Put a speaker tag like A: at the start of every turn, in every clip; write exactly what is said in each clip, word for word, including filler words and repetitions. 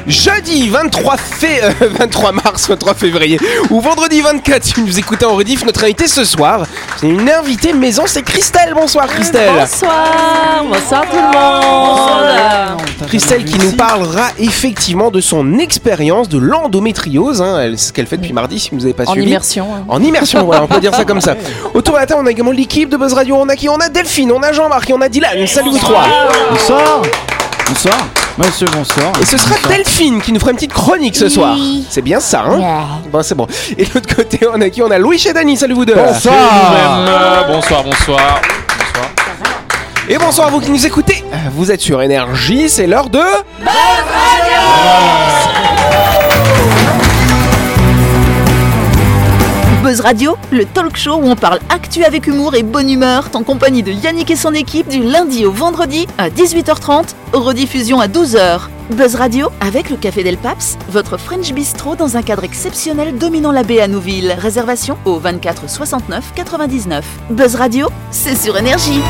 A: jeudi vingt-trois, fé- euh, vingt-trois mars, vingt-trois février ou vendredi vingt-quatre, si vous nous écoutez en rediff, notre invité ce soir, c'est une invitée maison, c'est Christelle. Bonsoir Christelle.
B: Bonsoir, bonsoir tout le monde.
A: Christelle qui nous parlera effectivement de son expérience de l'endométriose, hein, elle- ce qu'elle fait depuis mardi si vous n'avez pas
B: En
A: suivi.
B: immersion. hein.
A: En immersion, voilà, on peut dire ça comme ça. Autour de la table, on a également l'équipe de Buzz Radio. On a qui? On a Delphine, on a Jean-Marc et on a Dylan. Salut vous trois.
C: Bonsoir. Bonsoir. Monsieur, bonsoir.
A: Et ce sera Delphine qui nous fera une petite chronique ce soir. C'est bien ça, hein? Bon, c'est bon. Et de l'autre côté, on a qui? On a Louis et Dany. Salut vous deux.
C: Bonsoir.
D: Bonsoir, bonsoir.
A: Et bonsoir à vous qui nous écoutez. Vous êtes sur Énergie, c'est l'heure de...
E: Buzz Radio, le talk show où on parle actu avec humour et bonne humeur, en compagnie de Yannick et son équipe du lundi au vendredi à dix-huit heures trente, rediffusion à douze heures. Buzz Radio avec le Café Del Paps, votre French Bistro dans un cadre exceptionnel dominant la baie à Nouville. Réservation au vingt-quatre soixante-neuf quatre-vingt-dix-neuf. Buzz Radio, c'est sur Énergie.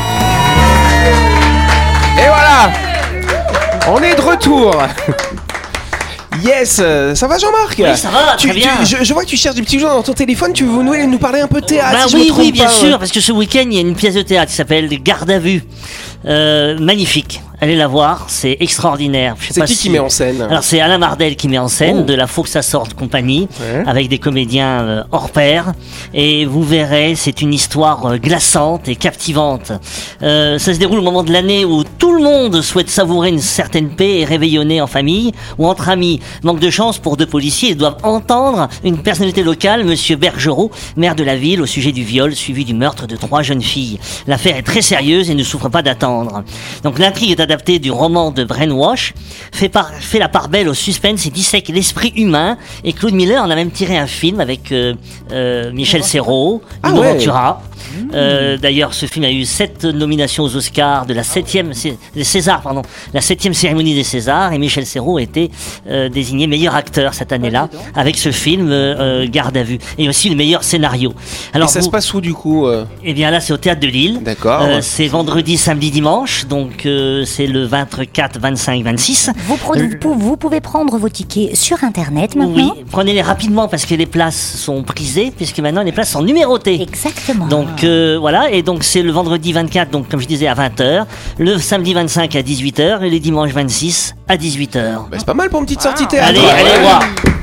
A: Et voilà, on est de retour. Yes, euh, ça va Jean-Marc?
F: Oui, ça va,
A: tu,
F: très bien.
A: tu- je, je vois que tu cherches des petits jeux dans ton téléphone, tu veux nous, nous parler un peu de théâtre?
F: Bah
A: si je me
F: oui,
A: trompe
F: oui, bien
A: pas,
F: sûr,
A: ouais.
F: parce que ce week-end, il y a une pièce de théâtre qui s'appelle Garde à vue. Euh, magnifique. Allez la voir, c'est extraordinaire. Je sais
A: C'est
F: pas
A: qui
F: si-
A: qui met en scène?
F: Alors c'est Alain Mardel qui met en scène,
A: Oh.
F: de la Faut que ça sorte compagnie,
A: Ouais.
F: avec des comédiens euh, hors pair. Et vous verrez, c'est une histoire euh, glaçante et captivante. Euh, ça se déroule au moment de l'année où tout le monde souhaite savourer une certaine paix et réveillonner en famille ou entre amis. Manque de chance pour deux policiers, ils doivent entendre une personnalité locale, Monsieur Bergerot, maire de la ville, au sujet du viol suivi du meurtre de trois jeunes filles. L'affaire est très sérieuse et ne souffre pas d'attendre. Donc l'intrigue est adaptée du roman de Brainwash, fait, par, fait la part belle au suspense et dissèque l'esprit humain. Et Claude Miller en a même tiré un film avec euh, euh, Michel Serrault,
A: Ah
F: Hugo
A: ouais.
F: Ventura. Euh, D'ailleurs, ce film a eu sept nominations aux Oscars de la septième, Cé- des Césars, pardon, la septième cérémonie des Césars, et Michel Serrault a été euh, désigné meilleur acteur cette année-là avec ce film euh, euh, Garde à vue, et aussi le meilleur scénario.
A: Et
F: Alors,
A: ça
F: vous-
A: se passe où du coup? euh
F: eh bien là, c'est au Théâtre de Lille.
A: D'accord.
F: Euh, c'est vendredi, samedi, dimanche, donc euh, c'est le vingt-quatre, vingt-cinq, vingt-six.
G: Vous, prenez- vous pou- vous pouvez prendre vos tickets sur Internet
F: Oui,
G: maintenant.
F: prenez-les rapidement parce que les places sont prisées, puisque maintenant les places sont numérotées.
G: Exactement.
F: Donc euh, voilà, et donc c'est le vendredi vingt-quatre, donc comme je disais, à vingt heures, le samedi vingt-cinq à dix-huit heures et le dimanche vingt-six à dix-huit heures.
A: Bah, c'est pas mal pour une petite sortie théâtre.
F: Allez,
A: Ouais.
F: allez voir.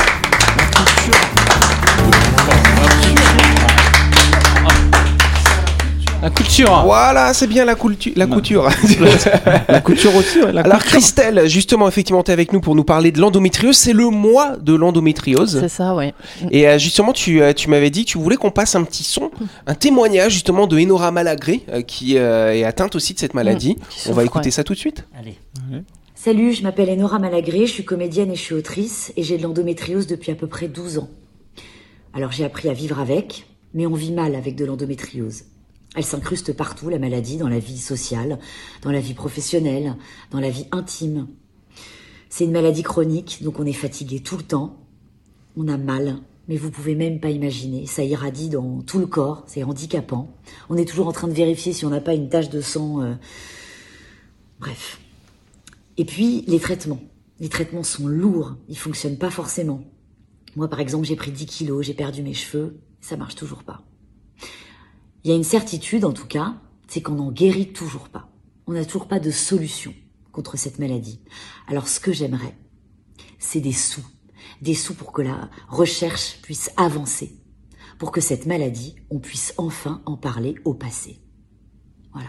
C: La couture.
A: Voilà, c'est bien la, coutu- la couture.
C: La couture aussi, ouais, la
A: Alors
C: couture.
A: Christelle, justement, effectivement, tu es avec nous pour nous parler de l'endométriose. C'est le mois de l'endométriose.
B: C'est ça, oui.
A: Et euh, justement, tu, euh, tu m'avais dit que tu voulais qu'on passe un petit son, un témoignage justement de Enora Malagré, euh, qui euh, est atteinte aussi de cette maladie.
B: Mmh, qui
A: On va
B: souffre,
A: écouter
B: ouais.
A: ça tout de suite.
F: Allez.
H: Salut, je m'appelle Enora Malagré, je suis comédienne et je suis autrice et j'ai de l'endométriose depuis à peu près douze ans. Alors j'ai appris à vivre avec, mais on vit mal avec de l'endométriose. Elle s'incruste partout, la maladie, dans la vie sociale, dans la vie professionnelle, dans la vie intime. C'est une maladie chronique, donc on est fatigué tout le temps. On a mal, mais vous pouvez même pas imaginer. Ça irradie dans tout le corps, c'est handicapant. On est toujours en train de vérifier si on n'a pas une tache de sang. euh, Bref. Et puis, les traitements. Les traitements sont lourds, ils fonctionnent pas forcément. Moi, par exemple, j'ai pris dix kilos, j'ai perdu mes cheveux, ça marche toujours pas. Il y a une certitude, en tout cas, c'est qu'on n'en guérit toujours pas. On n'a toujours pas de solution contre cette maladie. Alors, ce que j'aimerais, c'est des sous. Des sous pour que la recherche puisse avancer. Pour que cette maladie, on puisse enfin en parler au passé. Voilà.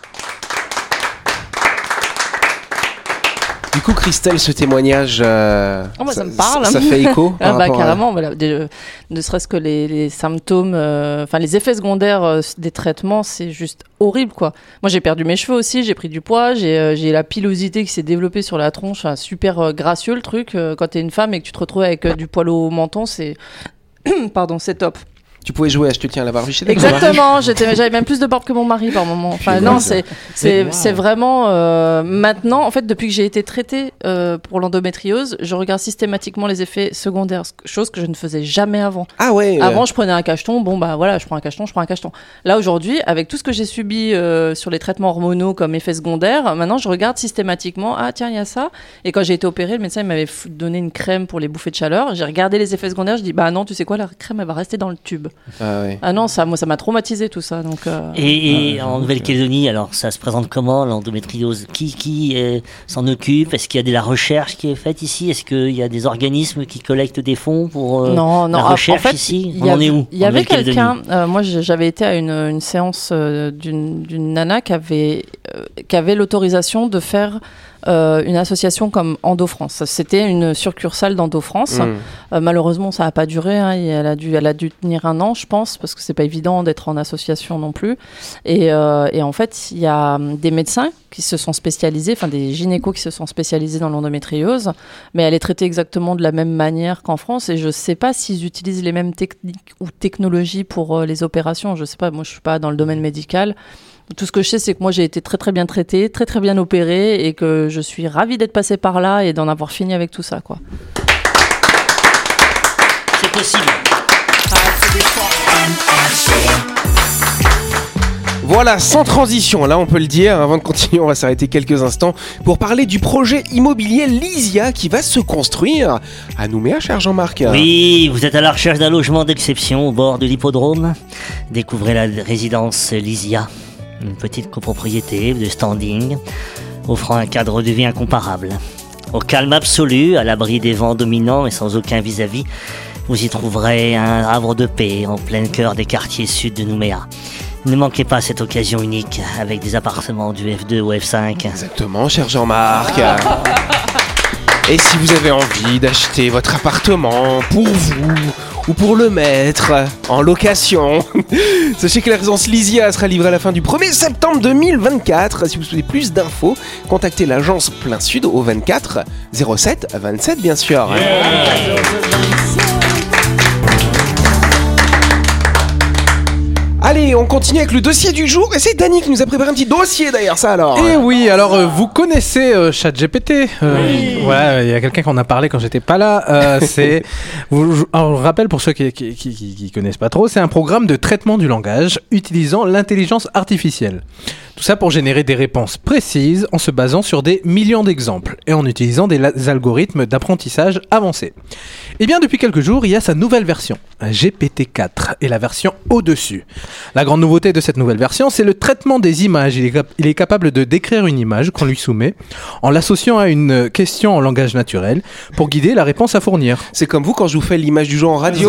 A: Du coup, Christelle, ce témoignage, euh,
B: Oh, moi, ça me parle.
A: Ça, fait écho.
B: Ah
A: par
B: bah
A: rapport à-
B: carrément, voilà, de- ne serait-ce que les, les symptômes, euh, enfin les effets secondaires euh, des traitements, c'est juste horrible quoi. Moi j'ai perdu mes cheveux aussi, j'ai pris du poids, j'ai euh, j'ai la pilosité qui s'est développée sur la tronche, enfin, super euh, gracieux le truc. Euh, quand t'es une femme et que tu te retrouves avec euh, du poil au menton, c'est pardon, c'est top.
A: Tu pouvais jouer à Je te tiens à la barbiche.
B: Exactement, j'étais, j'avais même plus de barbe que mon mari par moment. Enfin, non, c'est, c'est, wow. c'est vraiment. Euh, maintenant, en fait, depuis que j'ai été traitée euh, pour l'endométriose, je regarde systématiquement les effets secondaires, chose que je ne faisais jamais avant.
A: Ah ouais.
B: Avant,
A: euh...
B: je prenais un cacheton, bon, bah voilà, je prends un cacheton, je prends un cacheton. Là, aujourd'hui, avec tout ce que j'ai subi euh, sur les traitements hormonaux comme effets secondaires, maintenant, je regarde systématiquement, ah tiens, il y a ça. Et quand j'ai été opérée, le médecin il m'avait donné une crème pour les bouffées de chaleur. J'ai regardé les effets secondaires, je dis, bah non, tu sais quoi, la crème, elle va rester dans le tube.
A: Ah, ouais.
B: Ah non, ça, moi, ça m'a traumatisé tout ça. Donc, euh...
F: Et, et ah, en Nouvelle-Calédonie, alors ça se présente comment l'endométriose? Qui, qui euh, s'en occupe? Est-ce qu'il y a de la recherche qui est faite ici? Est-ce qu'il y a des organismes qui collectent des fonds pour euh,
B: non, non,
F: la recherche
B: en fait,
F: ici?
B: On
F: en est où?
B: Il y avait quelqu'un, euh, moi j'avais été à une, une séance euh, d'une, d'une nana qui avait, euh, qui avait l'autorisation de faire Euh, une association comme Endo-France. C'était une succursale d'Endo-France. Mmh. Euh, malheureusement, ça n'a pas duré. Hein, et elle, a dû, elle a dû tenir un an, je pense, parce que c'est pas évident d'être en association non plus. Et, euh, et en fait, il y a des médecins qui se sont spécialisés, enfin des gynécos qui se sont spécialisés dans l'endométriose, mais elle est traitée exactement de la même manière qu'en France. Et je ne sais pas s'ils utilisent les mêmes techniques ou technologies pour euh, les opérations. Je ne sais pas, moi je ne suis pas dans le domaine médical. Tout ce que je sais, c'est que moi, j'ai été très, très bien traitée, très, très bien opérée et que je suis ravie d'être passée par là et d'en avoir fini avec tout ça, quoi.
F: C'est possible.
A: Voilà, sans transition, là on peut le dire, avant de continuer on va s'arrêter quelques instants pour parler du projet immobilier Lysia qui va se construire à Nouméa, cher Jean-Marc.
F: Oui, vous êtes à la recherche d'un logement d'exception au bord de l'hippodrome. Découvrez la résidence Lysia, une petite copropriété de standing, offrant un cadre de vie incomparable. Au calme absolu, à l'abri des vents dominants et sans aucun vis-à-vis, vous y trouverez un havre de paix en plein cœur des quartiers sud de Nouméa. Ne manquez pas cette occasion unique avec des appartements du F deux ou F cinq.
A: Exactement, cher Jean-Marc. Et si vous avez envie d'acheter votre appartement pour vous ou pour le mettre en location, sachez que la résidence Lysia sera livrée à la fin du premier septembre deux mille vingt-quatre. Si vous souhaitez plus d'infos, contactez l'agence Plein Sud au vingt-quatre zéro sept vingt-sept bien sûr. Yeah. Allez, on continue avec le dossier du jour et c'est Dany qui nous a préparé un petit dossier d'ailleurs, ça alors.
D: Et oui, alors euh, vous connaissez euh, ChatGPT. Euh, oui. Ouais, il y a quelqu'un qui en a parlé quand j'étais pas là. Euh, c'est, vous, alors, je rappelle pour ceux qui, qui, qui, qui, qui connaissent pas trop, c'est un programme de traitement du langage utilisant l'intelligence artificielle. Tout ça pour générer des réponses précises en se basant sur des millions d'exemples et en utilisant des, la- des algorithmes d'apprentissage avancés. Et bien depuis quelques jours, il y a sa nouvelle version, G P T quatre, et la version au-dessus. La grande nouveauté de cette nouvelle version, c'est le traitement des images. Il est, cap- il est capable de décrire une image qu'on lui soumet en l'associant à une question en langage naturel pour guider la réponse à fournir.
A: C'est comme vous quand je vous fais l'image du jeu en radio.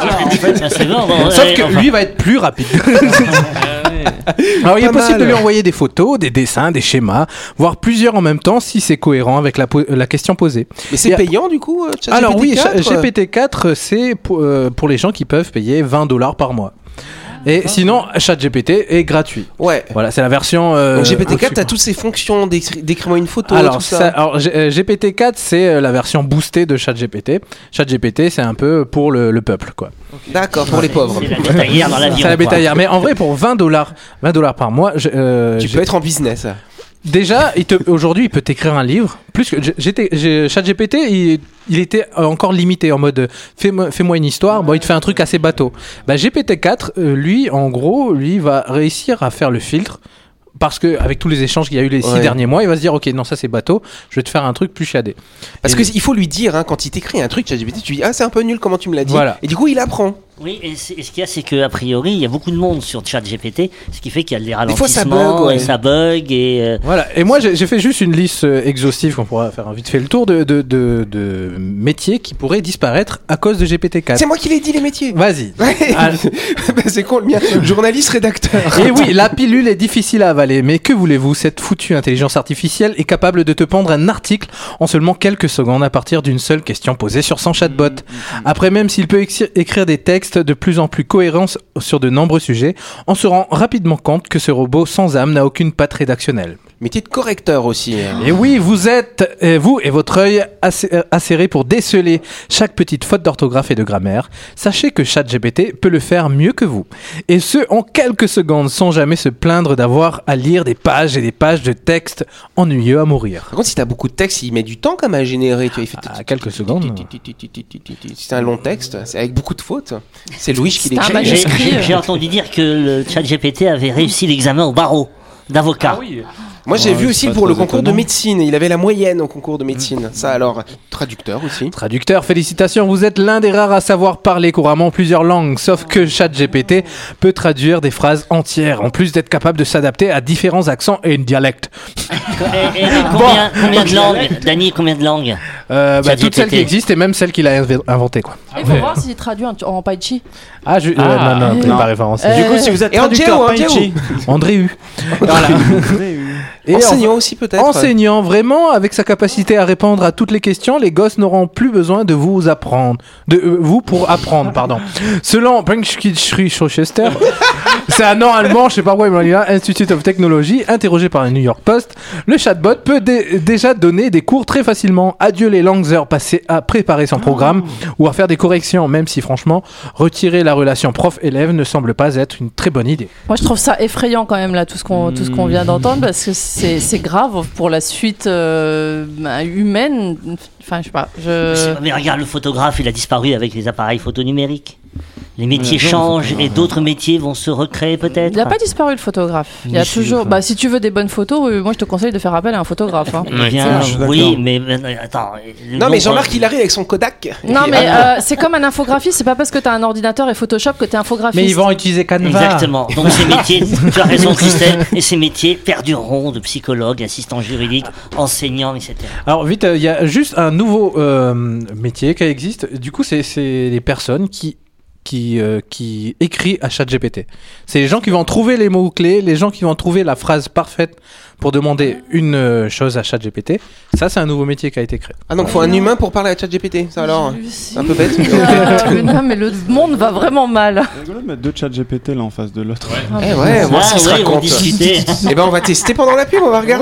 F: C'est bon, bon,
D: Sauf
F: ouais,
D: que
F: enfin.
D: lui va être plus rapide. Alors il est
A: Pas
D: possible
A: mal.
D: de lui envoyer des photos, des dessins, des schémas, voire plusieurs en même temps si c'est cohérent avec la, po- la question posée.
A: Mais c'est
D: Et a-
A: payant du coup, ChatGPT
D: Alors oui,
A: quatre
D: G P T quatre, c'est pour, euh, pour les gens qui peuvent payer vingt dollars par mois. Et sinon, ChatGPT est gratuit.
A: Ouais.
D: Voilà, c'est la version... Euh,
A: Donc G P T quatre,
D: au-dessus,
A: t'as
D: quoi.
A: toutes ces fonctions d'écri- d'écrire-moi une photo,
D: Alors,
A: tout ça.
D: ça, alors G- euh, G P T quatre, c'est euh, la version boostée de ChatGPT. ChatGPT, c'est un peu pour le, le peuple, quoi.
A: D'accord, pour les pauvres.
F: C'est la bétaillère dans l'avion.
D: C'est la
F: quoi.
D: bétaillère. Mais en vrai, pour vingt dollars, vingt dollars par mois, je- euh,
A: Tu
D: j'ai-
A: peux être en business.
D: déjà, il te, aujourd'hui, il peut t'écrire un livre. Plus que j'étais, j'ai, ChatGPT, il, il était encore limité en mode fais-moi, fais-moi une histoire. Bon, il te fait un truc assez bateau. Bah, G P T quatre, euh, lui, en gros, lui va réussir à faire le filtre. Parce que avec tous les échanges qu'il y a eu les six
A: Ouais.
D: derniers mois, il va se dire ok, non, ça c'est bateau, je vais te faire un truc plus shadé.
A: Parce
D: Et-
A: qu'il faut lui dire, hein, quand il t'écrit un truc, ChatGPT, tu dis ah c'est un peu nul comment tu me l'as dit.
D: Voilà.
A: Et du coup il apprend.
F: Oui, et, c'est- et ce qu'il y a, c'est qu'a priori, il y a beaucoup de monde sur ChatGPT, ce qui fait qu'il y a des
A: Des fois, ça
F: ralentissements,
A: bug, ouais.
F: et ça bug, et... euh,
D: Voilà. Et moi, j'ai, j'ai fait juste une liste euh, exhaustive qu'on pourra faire un vite fait le tour de, de, de, de métiers qui pourraient disparaître à cause de G P T quatre.
A: C'est moi qui l'ai dit les métiers.
D: Vas-y.
A: Ouais.
D: Ah.
A: Bah, c'est con le mien. Journaliste, rédacteur.
D: Et oui, la pilule est difficile à avaler, mais que voulez-vous, cette foutue intelligence artificielle est capable de te pondre un article en seulement quelques secondes à partir d'une seule question posée sur son chatbot. Après, même s'il peut écri- écrire des textes de plus en plus cohérents sur de nombreux sujets, on se rend rapidement compte que ce robot sans âme n'a aucune patte rédactionnelle.
A: métier de correcteur aussi.
D: Et oui, vous êtes, euh, vous et votre œil acé- euh, acéré pour déceler chaque petite faute d'orthographe et de grammaire. Sachez que ChatGPT peut le faire mieux que vous. Et ce, en quelques secondes, sans jamais se plaindre d'avoir à lire des pages et des pages de texte ennuyeux à mourir.
A: Par contre, si t'as beaucoup de texte, il met du temps quand même à générer. Tu vois, il fait
D: À quelques secondes.
A: Si c'est un long texte, c'est avec beaucoup de fautes. C'est Louis qui
B: C'est un
A: l'écrit.
B: mal-
F: J'ai,
B: manuscrit,
F: j'ai-
B: euh.
F: j'ai entendu dire que le ChatGPT avait réussi l'examen au barreau d'avocat.
C: Ah oui.
A: Moi, j'ai
C: Ouais,
A: vu
C: c'est
A: aussi
C: pas
A: pour le
C: très
A: concours de
C: étonnant.
A: médecine. Il avait la moyenne au concours de médecine. Ça, alors, traducteur aussi.
D: Traducteur, félicitations, vous êtes l'un des rares à savoir parler couramment plusieurs langues, sauf que ChatGPT peut traduire des phrases entières, en plus d'être capable de s'adapter à différents accents et dialectes.
F: Et, et- et combien, combien de langues, Dany, combien de langues
D: Euh, bah,
F: ChatGPT.
D: toutes celles qui existent et même celles qu'il a inv- inventées, quoi.
B: Il faut voir s'il traduit en, en Paichi.
D: Ah, je, euh,
C: Ah,
D: non, non, t'es
B: non.
D: pas référencé.
B: Euh,
C: Du coup, si vous êtes
A: Et en
C: traducteur,
A: Géo, en
C: Paichi.
D: André U. Voilà. Et
A: Enseignant aussi, peut-être.
D: Enseignant, vraiment, avec sa capacité à répondre à toutes les questions, les gosses n'auront plus besoin de vous apprendre, de euh, vous pour apprendre, pardon. Selon Brinkschri-Schochester, c'est un nom allemand, je sais pas pourquoi il m'a dit là, Institute of Technology, interrogé par le New York Post, le chatbot peut dé- déjà donner des cours très facilement. Adieu les longues heures passées à préparer son programme ou à faire des corrections, même si franchement, retirer la relation prof-élève ne semble pas être une très bonne idée.
B: Moi, je trouve ça effrayant quand même, là, tout ce qu'on, tout ce qu'on vient d'entendre, parce que c'est, c'est grave pour la suite euh, bah, humaine. Enfin, je sais pas. Je...
F: Mais regarde, le photographe, il a disparu avec les appareils photo numériques. Les métiers
C: Ouais, non,
F: changent
C: le
F: et d'autres métiers vont se recréer peut-être.
B: Il n'a pas disparu le photographe. Il y a
C: Oui, si,
B: toujours.
C: enfin.
B: Bah, si tu veux des bonnes photos, euh, moi je te conseille de faire appel à un photographe. hein.
F: Eh bien,
C: Ouais, je suis
F: oui,
C: d'accord.
F: mais mais, attends.
A: Non,
F: donc,
A: mais Jean-Marc,
F: euh,
A: il arrive avec son Kodak.
B: Non,
A: Et-
B: mais euh, c'est comme un infographiste. C'est pas parce que tu as un ordinateur et Photoshop que tu es infographiste.
D: Mais ils vont utiliser Canva.
F: Exactement. Donc ces métiers, tu as raison Christelle, et ces métiers perdureront de psychologue, assistant juridique, enseignant, et cetera.
D: Alors vite, il y a juste un nouveau euh, métier qui existe. Du coup, c'est c'est les personnes qui qui euh, qui écrit à ChatGPT. C'est les gens qui vont trouver les mots clés, les gens qui vont trouver la phrase parfaite pour demander une euh, chose à ChatGPT. Ça, c'est un nouveau métier qui a été créé.
A: Ah, donc faut un humain pour parler à ChatGPT. Ça alors C'est un peu bête.
B: Ah, mais non, mais le monde va vraiment mal.
I: C'est rigolo de mettre deux chats G P T l'un en face de l'autre.
A: Eh ouais, voir
F: Ah
A: ce qui se
F: ouais, ils vont
A: raconte.
F: discuter.
A: Eh ben, on va tester pendant la pub, on va regarder.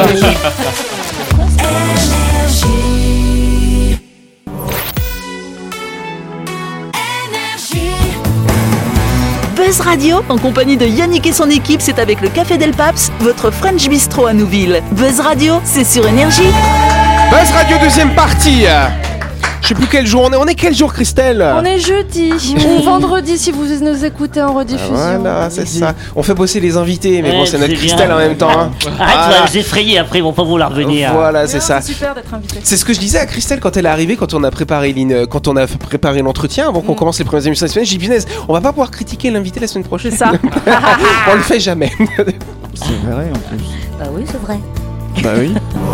E: Buzz Radio, en compagnie de Yannick et son équipe, c'est avec le Café Del Paps, votre French Bistro à Nouville. Buzz Radio, c'est sur Énergie.
A: Buzz Radio, deuxième partie. Je sais plus quel jour on est. On est quel jour, Christelle?
B: On est jeudi ou vendredi si vous nous écoutez en rediffusion.
A: Voilà, c'est ça. On fait bosser les invités, mais
F: Ouais,
A: bon, c'est notre
F: c'est
A: Christelle
F: bien.
A: en même temps. hein.
F: Arrête, tu
A: Voilà.
F: vas les effrayer après, ils vont pas vouloir venir.
A: Voilà, c'est
B: Non,
A: ça.
B: C'est super d'être invité.
A: C'est ce que je disais à Christelle quand elle est arrivée, quand on a préparé l'in- quand on a préparé l'entretien, avant qu'on
B: Mm.
A: commence les premières émissions de la semaine. J'ai dit, punaise, on va pas pouvoir critiquer l'invité la semaine prochaine.
B: C'est ça.
A: On le fait jamais.
I: C'est vrai en plus.
G: Bah oui, c'est vrai.
I: Bah oui.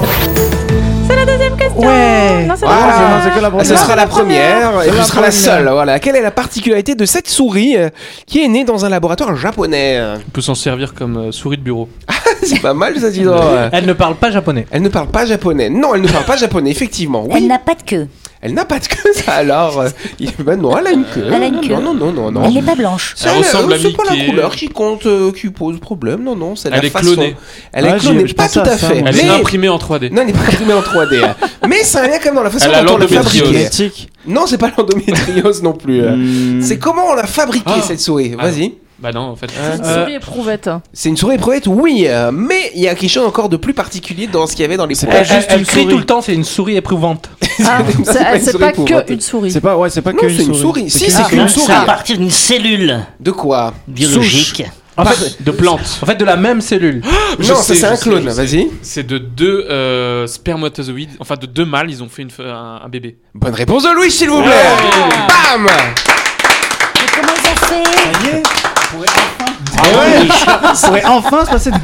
D: Ouais.
B: Non, c'est
A: Voilà.
B: pas
I: non, c'est que la
A: Ah,
I: première.
A: ce sera la première et
I: C'est
A: ce
I: la
A: sera la
I: première.
A: seule. Voilà. Quelle est la particularité de cette souris euh, qui est née dans un laboratoire japonais?
C: On peut s'en servir comme euh, souris de bureau.
A: C'est pas mal ça, dis donc.
D: Elle ne parle pas japonais.
A: Elle ne parle pas japonais. Non, elle ne parle pas japonais, effectivement. Oui.
G: Elle n'a pas de queue.
A: Elle n'a pas de queue, ça alors. euh, il- Ben non, elle a une queue.
G: Elle a une queue.
A: Non, non, non, non, non.
G: Elle n'est pas blanche.
A: C'est
C: Elle ressemble à
A: c'est pas la
C: Mickey.
A: couleur qui compte, euh, qui pose problème. Non, non, c'est la
C: Elle est
A: façon.
C: clonée.
A: Elle est
I: Ah,
A: clonée,
I: j'ai- je
A: pas
I: pensais
A: tout
I: à
A: à
I: ça,
A: fait.
I: moi.
C: Elle
A: mais...
C: est imprimée en trois D.
A: Non, elle n'est pas imprimée en trois D. hein. Mais ça a rien quand même dans la façon
C: Elle a
A: dont on l'a
C: l'endométriose.
A: fabriquée.
I: Génétique.
A: Non, c'est pas l'endométriose non plus. euh.
I: Hmm.
A: C'est comment on l'a fabriquée
C: Ah.
A: cette souris.
C: Ah.
A: Vas-y.
C: Bah non, en fait.
B: Une
D: Euh,
B: souris éprouvette.
A: C'est une souris éprouvette, oui, euh, mais il y a quelque chose encore de plus particulier dans ce qu'il y avait dans les
I: C'est
A: poules.
I: pas juste
D: elle
I: une
D: crie
I: souris.
D: tout le temps, c'est une souris éprouvante.
B: Ah,
A: c'est pas
B: c'est,
A: une
B: c'est
A: souris
B: pas
A: éprouvante.
B: que une souris.
I: C'est pas, ouais, c'est pas
A: Non,
I: que
A: c'est une souris. Si,
I: que-
A: c'est
F: Ah,
A: qu'une
F: c'est
A: souris.
F: à partir d'une cellule
A: De quoi?
F: biologique.
D: En fait,
C: De plantes.
D: en fait, de la même cellule.
C: Je
A: Non, ça
C: sais,
A: c'est
C: je
A: un
C: sais,
A: clone,
C: je sais.
A: vas-y.
C: C'est de deux euh, spermatozoïdes, enfin de deux mâles, ils ont fait une, fe- un, un bébé.
A: Bonne réponse de Louis, s'il vous plaît. Bam.
G: Mais comment ils ont fait
I: Ah ouais. Ça pourrait enfin se passer.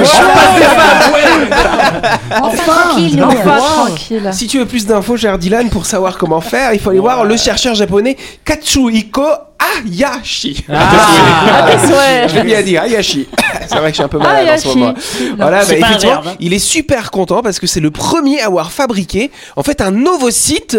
G: Enfin, tranquille, nous.
B: Enfin, tranquille.
A: Si tu veux plus d'infos, cher Dylan, pour savoir comment faire, il faut aller voir le chercheur japonais Katsuhiko Hayashi.
B: Ah, tes souhaits.
A: Je l'ai bien dit, Hayashi. C'est vrai que je suis un peu malade en ce
B: Hayashi.
A: moment. Voilà,
F: C'est
A: bah,
F: pas un
A: effectivement,
F: verbe, hein.
A: il est super content parce que c'est le premier à avoir fabriqué en fait un ovocyte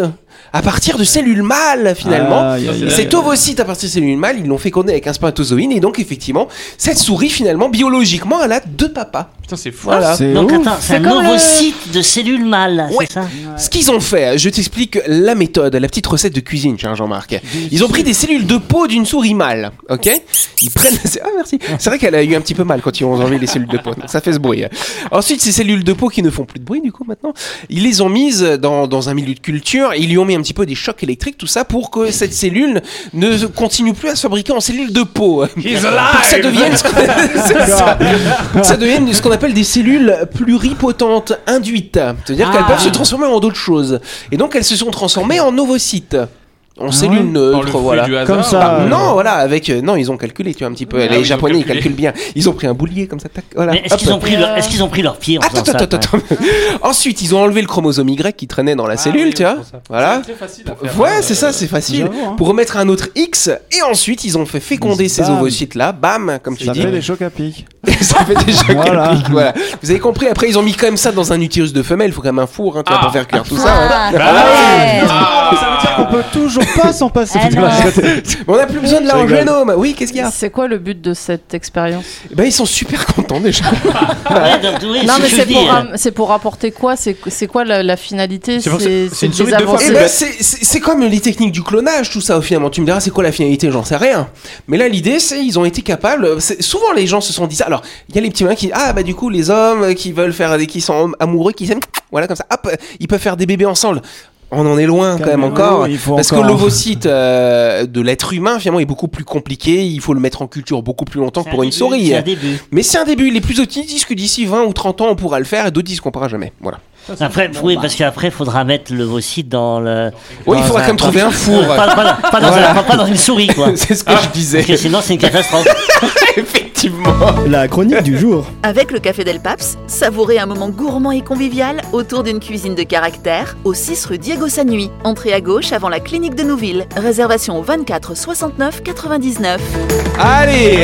A: à partir de cellules mâles finalement.
I: Ah, y a- y a-
A: Et cet ovocyte à partir de cellules mâles, ils l'ont fécondé avec un spermatozoïde et donc effectivement, cette souris finalement biologiquement, elle a deux papas.
C: Putain, c'est fou.
A: Voilà.
I: C'est
F: Donc
I: ouf.
F: attends, c'est un
B: comme le-
F: ovocyte de cellules mâles,
A: Ouais.
F: c'est ça?
A: Ce qu'ils ont fait, je t'explique la méthode, la petite recette de cuisine, cher Jean-Marc. Ils ont pris des cellules de peau d'une souris mâle, ok? Ils prennent. Ah merci. C'est vrai qu'elle a eu un petit peu mal quand ils ont enlevé les cellules de peau. Donc ça fait ce bruit. Ensuite, ces cellules de peau qui ne font plus de bruit du coup maintenant, ils les ont mises dans, dans un milieu de culture. Ils lui ont mis un petit peu des chocs électriques, tout ça pour que cette cellule ne continue plus à se fabriquer en cellules de peau. Pour que ça devienne ce qu'on c'est ça. Pour que ça devienne ce qu'on appelle des cellules pluripotentes induites. C'est-à-dire
I: Ah.
A: qu'elles peuvent se transformer en d'autres choses. Et donc elles se sont transformées en ovocytes. En cellules
I: ouais
A: neutres,
C: Par le fruit
A: voilà.
C: du hasard.
I: Comme ça.
A: Bah,
I: Euh,
A: non, voilà, avec euh, non, ils ont calculé, tu vois un petit peu.
C: Ah
A: les
C: oui, ils ont
A: Japonais, ils
C: calculé.
A: calculent bien. Ils ont pris un boulier comme ça, tac, voilà.
F: Mais est-ce
A: hop.
F: qu'ils ont pris leur, est-ce qu'ils ont pris leur pied en
A: Attends,
F: faisant
A: attends,
F: ça,
A: attends, attends. Ensuite, ils ont enlevé le chromosome Y qui traînait dans la cellule,
C: oui,
A: tu
C: oui,
A: vois.
C: pour ça.
A: Voilà.
C: C'est très facile à faire.
A: Ouais,
C: hein,
A: c'est ça, c'est facile.
I: J'avoue, hein.
A: Pour remettre un autre X, et ensuite ils ont fait féconder ces
I: Bam.
A: ovocytes là, bam, comme tu
I: Ça
A: dis.
I: fait des chocs à pic.
A: Ça fait des chocs
I: Voilà.
A: à pic, voilà. Vous avez compris. Après, ils ont mis quand même ça dans un utérus de femelle. Il faut quand même un four, hein, tu vois,
C: Ah.
A: pour faire cuire tout ça. hein.
G: Ah,
C: Bah
G: ouais.
C: Ah,
I: Ça veut dire qu'on peut toujours pas s'en passer.
G: Ah non.
A: On n'a plus besoin de
I: Je
A: leur
I: rigole.
A: génome. Oui, qu'est-ce qu'il y a?
B: C'est quoi le but de cette expérience?
A: Eh ben, ils sont super contents déjà.
F: Ouais, donc, oui,
B: Non,
F: c'est
B: mais
F: ce que
B: c'est
F: je
B: pour,
F: dis, hein.
B: ram- c'est pour apporter quoi? C'est c'est quoi la, la finalité?
D: C'est pour- c'est- c'est une
B: des
D: souris de
B: avancées.
A: Eh
D: force.
A: ben, c'est- c'est c'est comme les techniques du clonage, tout ça, au finalement. Tu me diras, c'est quoi la finalité? J'en sais rien. Mais là, l'idée, c'est ils ont été capables. c'est- Souvent, les gens se sont dit ça. Alors, il y a les petits malins qui ah bah du coup, les hommes qui veulent faire des qui sont amoureux, qui s'aiment, voilà comme ça. Hop, ils peuvent faire des bébés ensemble. On en est loin quand même
I: Calmez-vous,
A: encore,
I: il faut
A: parce
I: encore.
A: que l'ovocyte euh, de l'être humain finalement est beaucoup plus compliqué. Il faut le mettre en culture beaucoup plus longtemps que
F: C'est
A: pour
F: un
A: une
F: début,
A: souris.
F: C'est un début.
A: Mais c'est un début. Les plus optimistes disent que d'ici vingt ou trente ans on pourra le faire, et d'autres disent qu'on pourra jamais. Voilà.
F: Après, oui, parce qu'après, il faudra mettre l'ovocyte dans le.
A: Oui, il
F: dans
A: faudra
F: un-
A: quand même trouver un four.
F: Pas, pas- pas dans,
A: Voilà.
F: un- pas dans une souris, quoi.
A: C'est ce que je disais.
F: Parce que sinon, c'est une catastrophe.
A: Effectivement.
I: La chronique du jour.
E: Avec le Café Del Paps, savourez un moment gourmand et convivial autour d'une cuisine de caractère au six rue Diego Sanui. Entrée à gauche avant la clinique de Nouville. Réservation au vingt-quatre soixante-neuf quatre-vingt-dix-neuf.
A: Allez.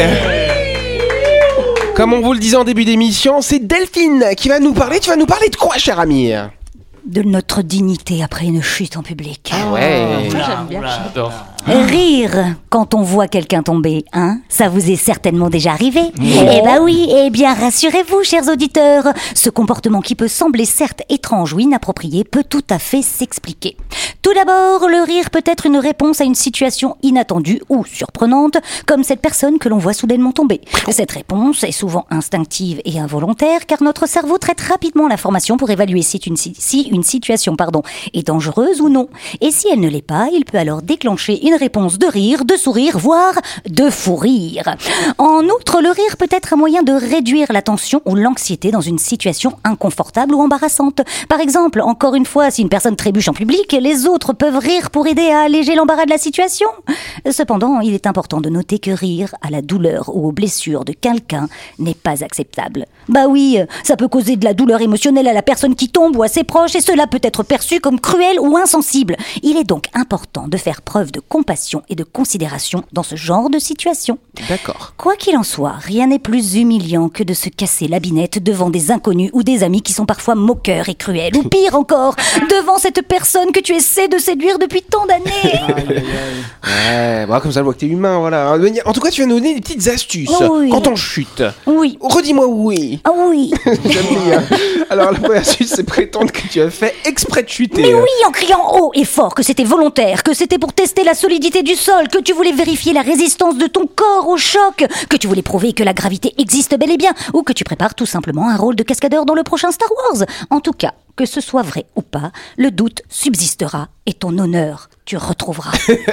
A: Comme on vous le disait en début d'émission, c'est Delphine qui va nous parler. Tu vas nous parler de quoi, cher ami?
G: De notre dignité après une chute en public.
A: Ah ouais.
B: Ça, j'aime bien.
C: J'adore.
G: Rire quand on voit quelqu'un tomber, hein? Ça vous est certainement déjà arrivé. Eh bah oui, eh bien rassurez-vous, chers auditeurs, ce comportement qui peut sembler certes étrange ou inapproprié peut tout à fait s'expliquer. Tout d'abord, le rire peut être une réponse à une situation inattendue ou surprenante, comme cette personne que l'on voit soudainement tomber. Cette réponse est souvent instinctive et involontaire, car notre cerveau traite rapidement l'information pour évaluer si une, si une situation pardon, est dangereuse ou non. Et si elle ne l'est pas, il peut alors déclencher une réponse de rire, de sourire, voire de fou rire. En outre, le rire peut être un moyen de réduire la tension ou l'anxiété dans une situation inconfortable ou embarrassante. Par exemple, encore une fois, si une personne trébuche en public, les autres peuvent rire pour aider à alléger l'embarras de la situation. Cependant, il est important de noter que rire à la douleur ou aux blessures de quelqu'un n'est pas acceptable. Bah oui, ça peut causer de la douleur émotionnelle à la personne qui tombe ou à ses proches, et cela peut être perçu comme cruel ou insensible. Il est donc important de faire preuve de compassion et de considération dans ce genre de situation.
A: D'accord.
G: Quoi qu'il en soit, rien n'est plus humiliant que de se casser la binette devant des inconnus ou des amis qui sont parfois moqueurs et cruels, ou pire encore, devant cette personne que tu essaies de séduire depuis tant d'années.
A: Ouais, bon, comme ça, je vois que t'es humain, voilà. En tout cas, tu vas nous donner des petites astuces
G: Oh oui.
A: quand on chute.
G: Oui.
A: Redis-moi oui.
G: Ah oui.
A: J'aime bien. Alors, la première astuce, c'est prétendre que tu as fait exprès de chuter.
G: Mais oui, en criant haut et fort que c'était volontaire, que c'était pour tester la solidité du sol, que tu voulais vérifier la résistance de ton corps au choc, que tu voulais prouver que la gravité existe bel et bien, ou que tu prépares tout simplement un rôle de cascadeur dans le prochain Star Wars. En tout cas, que ce soit vrai ou pas, le doute subsistera et ton honneur tu retrouveras.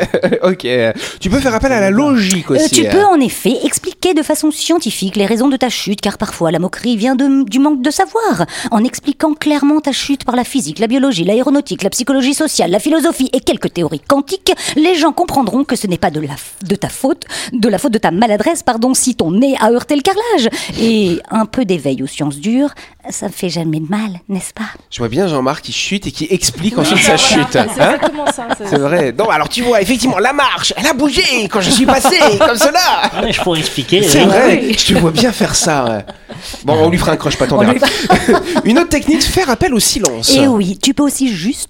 A: Ok. Tu peux faire appel à la logique
G: Euh,
A: aussi.
G: tu
A: hein.
G: peux en effet expliquer de façon scientifique les raisons de ta chute, car parfois la moquerie vient de, du manque de savoir. En expliquant clairement ta chute par la physique, la biologie, l'aéronautique, la psychologie sociale, la philosophie et quelques théories quantiques, les gens comprendront que ce n'est pas de, la, de ta faute, de la faute de ta maladresse, pardon, si ton nez a heurté le carrelage. Et un peu d'éveil aux sciences dures, ça ne fait jamais de mal, n'est-ce pas?
A: Je vois bien Jean-Marc qui chute et qui explique ensuite sa chute.
B: C'est
A: Hein
B: exactement ça.
A: C'est vrai. Non, alors tu vois, effectivement, la marche, elle a bougé quand je suis passé, comme cela.
F: Ah, mais je pourrais expliquer.
A: C'est
F: oui.
A: vrai, je te vois bien faire ça. ouais. Bon, on lui fera un croche-patte, on verra. Une autre technique, faire appel au silence.
G: Et oui, tu peux aussi juste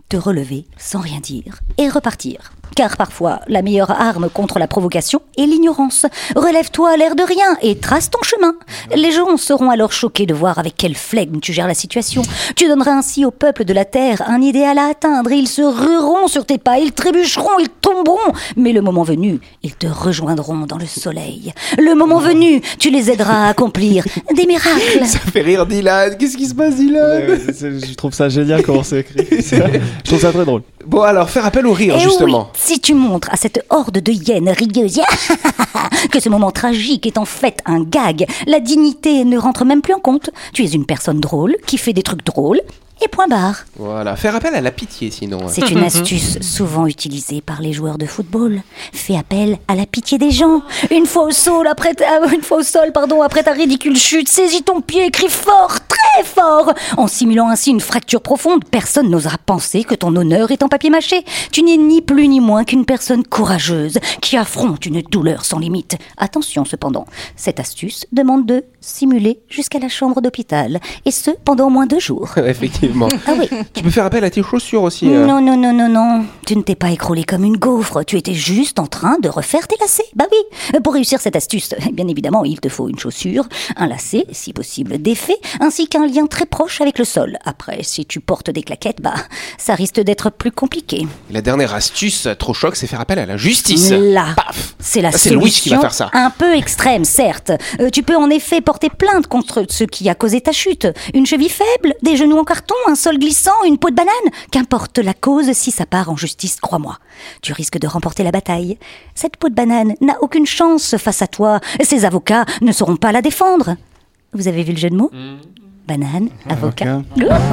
G: te relever sans rien dire et repartir. Car parfois, la meilleure arme contre la provocation est l'ignorance. Relève-toi à l'air de rien et trace ton chemin. Les gens seront alors choqués de voir avec quel flegme tu gères la situation. Tu donneras ainsi au peuple de la Terre un idéal à atteindre. Ils se rueront sur tes pas, ils trébucheront, ils tomberont. Mais le moment venu, ils te rejoindront dans le soleil. Le moment venu, tu les aideras à accomplir des miracles.
A: Ça fait rire Dylan. Qu'est-ce qui se passe, Dylan?
I: Ouais, c'est- je trouve ça génial comment c'est écrit. Je trouve ça très drôle.
A: Bon, alors, faire appel au rire,
G: Et
A: justement.
G: oui, si tu montres à cette horde de hyènes rigueuses que ce moment tragique est en fait un gag, la dignité ne rentre même plus en compte. Tu es une personne drôle qui fait des trucs drôles. Et point barre.
A: Voilà, faire appel à la pitié, sinon.
G: C'est une astuce souvent utilisée par les joueurs de football. Fais appel à la pitié des gens. Une fois au sol, après ta, une fois au sol, pardon, après ta ridicule chute, saisis ton pied et crie fort, très fort. En simulant ainsi une fracture profonde, personne n'osera penser que ton honneur est en papier mâché. Tu n'es ni plus ni moins qu'une personne courageuse qui affronte une douleur sans limite. Attention cependant, cette astuce demande de simuler jusqu'à la chambre d'hôpital. Et ce, pendant au moins deux jours.
A: Effectivement.
G: Ah oui.
A: Tu peux faire appel à tes chaussures aussi. euh.
G: Non, non, non, non, non. Tu ne t'es pas écroulé comme une gaufre. Tu étais juste en train de refaire tes lacets. Bah oui. Pour réussir cette astuce, bien évidemment, il te faut une chaussure, un lacet, si possible défait, ainsi qu'un lien très proche avec le sol. Après, si tu portes des claquettes, bah, ça risque d'être plus compliqué.
A: Et la dernière astuce, trop choc, c'est faire appel à la justice.
G: Là,
A: Paf.
G: c'est la
A: Ah, c'est
G: solution
A: Louis qui va faire ça.
G: un peu extrême, certes. Euh, tu peux en effet porter plainte contre ce qui a causé ta chute. Une cheville faible, des genoux en carton, un sol glissant, une peau de banane. Qu'importe la cause, si ça part en justice, crois-moi. Tu risques de remporter la bataille. Cette peau de banane n'a aucune chance face à toi. Ses avocats ne sauront pas la défendre. Vous avez vu le jeu de mots ? Banane, avocat.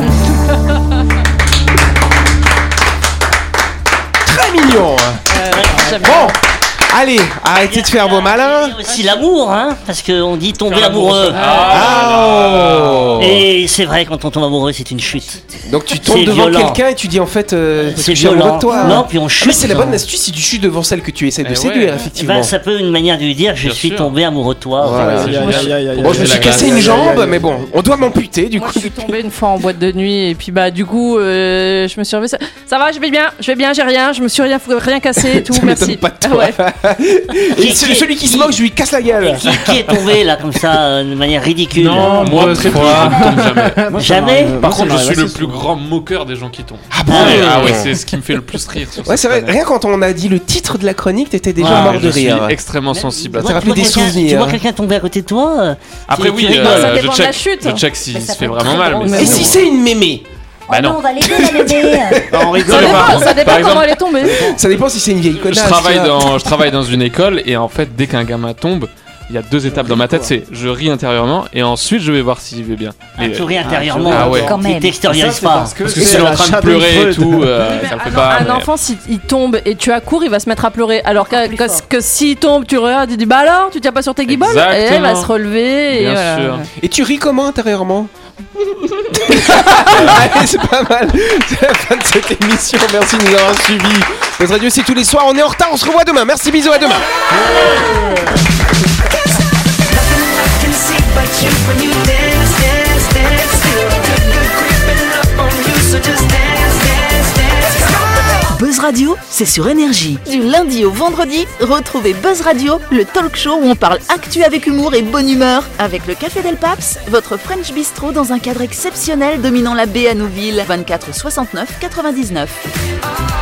A: Très mignon.
B: J'aime
A: Bon, allez, arrêtez de faire vos malins.
F: Il y a aussi l'amour, hein, parce qu'on dit tomber amoureux.
A: Ah, oh.
F: Et c'est vrai, quand on tombe amoureux, c'est une chute.
A: Donc tu tombes
F: C'est
A: devant
F: violent.
A: quelqu'un et tu dis en fait euh, parce
F: C'est
A: que j'ai amoureux
F: violent.
A: de toi.
F: Non, puis on
A: Ah,
F: chute.
A: mais c'est la bonne astuce si tu chutes devant celle que tu essaies de
C: Eh
A: séduire,
C: ouais.
A: effectivement.
F: Ben, ça peut une manière de lui dire je
C: Bien
F: suis
C: sûr.
F: tombé amoureux de toi.
A: Voilà.
I: Aïe, aïe, aïe, aïe, aïe,
A: Bon, je me
I: aïe,
A: suis
I: aïe,
A: cassé
I: aïe,
A: une
I: aïe,
A: jambe,
I: aïe,
A: mais bon, on doit m'amputer du
B: Moi,
A: coup.
B: je suis tombée une fois en boîte de nuit et puis bah du coup euh, je me suis réveillée. Ça, ça va, je vais bien, je vais bien, j'ai rien, je me suis rien, rien cassé et tout.
A: Ça
B: Merci.
A: m'étonne pas de
B: Ah
A: toi.
B: ouais.
A: Et celui, celui qui se moque, je lui casse la gueule.
F: Qui, qui est tombé là comme ça euh, de manière ridicule?
C: Non, moi
D: Heureuse
C: très peu,
D: fois.
C: je ne tombe jamais.
I: Moi, ça
F: Jamais.
I: m'arrive-
C: Par
I: moi, ça
C: contre, je
I: m'arrive
C: suis le
I: assez
C: plus
I: souvent.
C: grand moqueur des gens qui tombent.
A: Ah bon
C: Ah ouais, ah ouais, c'est ce qui me fait le plus rire sur
A: Ouais,
C: cette
A: c'est vrai.
C: planète.
A: Rien quand on a dit le titre de la chronique, t'étais déjà
C: Ah,
A: mort
C: je
A: de
C: suis
A: rire.
C: extrêmement sensible à
F: Tu
C: ça.
F: vois-
A: rappelé
F: tu vois
A: des
F: quelqu'un-
A: souvenirs.
F: Tu vois quelqu'un tomber à côté de toi euh,
C: Après,
F: tu-
C: oui,
F: tu rigoles.
C: euh,
B: Ça
C: je
B: dépend de la
C: check,
B: chute.
C: je check s'il
G: Mais
C: se
G: ça
C: fait
G: peut
C: vraiment
G: très
C: mal.
G: drôle,
C: mais
G: mais
A: Et
C: sinon,
A: si
C: euh,
A: c'est une mémé?
C: Bah
G: Oh
C: non.
G: non, on va l'aider la bébé.
I: On rigole.
B: Ça
C: Par
B: dépend,
C: exemple-
B: ça dépend
C: par
B: comment
C: exemple-
B: elle est tombée.
A: Ça dépend si c'est une vieille
C: Je
A: connasse.
C: travaille,
A: tu vois.
C: dans, je travaille dans une école et en fait, dès qu'un gamin tombe, il y a deux étapes dans ma tête. C'est je ris intérieurement et ensuite je vais voir s'il va bien.
F: Ah,
C: Et-
F: tu ris intérieurement,
C: Ah ouais.
G: Quand
F: tu
G: même.
F: t'extériorises
I: Ça, c'est
F: pas.
I: parce que
C: Parce que
I: c'est
C: s'il est en
I: la
C: train de
I: chatte
C: pleurer et
I: Freud.
C: tout, euh,
B: Oui, mais
C: ça le fait
B: un,
C: pas.
B: un
C: mais-
B: enfant, s'il il tombe et tu accours, il va se mettre à pleurer. Alors que,
G: plus
B: que,
G: fort.
B: que s'il tombe, tu regardes, il dit bah alors, tu tiens pas sur tes guibolles. Et elle va
C: Exactement.
B: se relever.
C: Bien
B: et voilà.
C: sûr.
A: Et tu ris comment intérieurement? Allez, c'est pas mal. C'est la fin de cette émission. Merci de nous avoir suivis. Notre radio, c'est tous les soirs. On est en retard. On se revoit demain. Merci, bisous, à demain.
E: Buzz Radio, c'est sur Énergie. Du lundi au vendredi, retrouvez Buzz Radio, le talk show où on parle actu avec humour et bonne humeur. Avec le Café Del Paps, votre French Bistro dans un cadre exceptionnel dominant la baie à Nouville. vingt-quatre soixante-neuf quatre-vingt-dix-neuf.